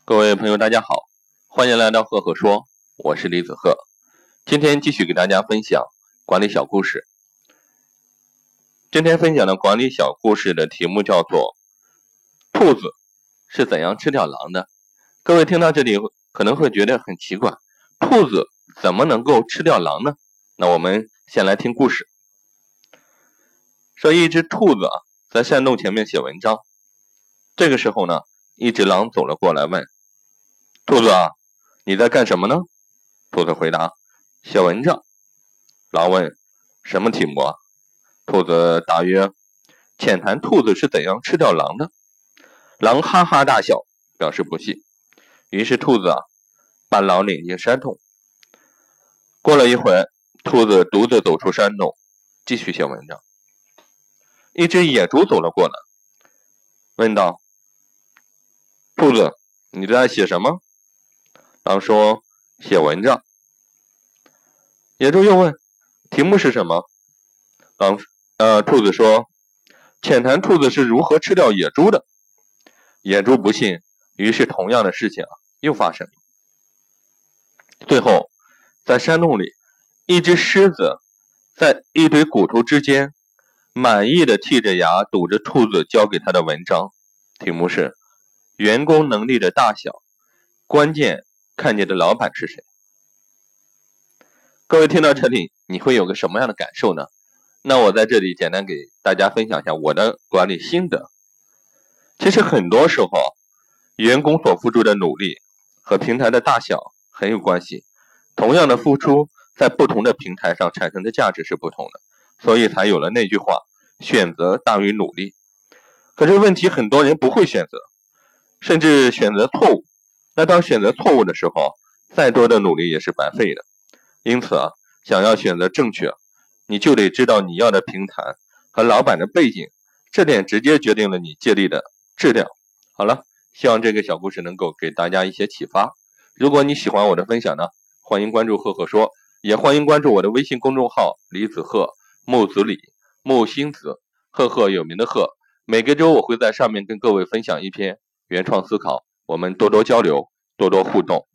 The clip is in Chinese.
各位朋友大家好，欢迎来到赫赫说，我是李子赫。今天继续给大家分享管理小故事。今天分享的管理小故事的题目叫做兔子是怎样吃掉狼的。各位听到这里可能会觉得很奇怪，兔子怎么能够吃掉狼呢？那我们先来听故事。说一只兔子在山洞前面写文章，这个时候呢，一只狼走了过来问，兔子你在干什么呢？兔子回答，写文章。狼问，什么题目啊？兔子答曰，浅谈兔子是怎样吃掉狼的。狼哈哈大笑，表示不信。于是兔子把狼领进山洞。过了一会，兔子独自走出山洞，继续写文章。一只野猪走了过来，问道，兔子你在写什么？狼说，写文章。野猪又问，题目是什么？兔子说，浅谈兔子是如何吃掉野猪的。野猪不信，于是同样的事情又发生了。最后，在山洞里，一只狮子在一堆骨头之间满意的剔着牙堵着兔子交给他的文章，题目是员工能力的大小，关键看见的老板是谁。各位听到这里，你会有个什么样的感受呢？那我在这里简单给大家分享一下我的管理心得。其实很多时候，员工所付出的努力和平台的大小很有关系。同样的付出，在不同的平台上产生的价值是不同的，所以才有了那句话，选择大于努力。可是问题，很多人不会选择，甚至选择错误。那当选择错误的时候，再多的努力也是白费的。因此想要选择正确，你就得知道你要的平台和老板的背景，这点直接决定了你借力的质量。好了，希望这个小故事能够给大家一些启发。如果你喜欢我的分享呢，欢迎关注赫赫说，也欢迎关注我的微信公众号李子赫，木子李，木星子，赫赫有名的赫。每个周我会在上面跟各位分享一篇原创思考，我们多多交流，多多互动。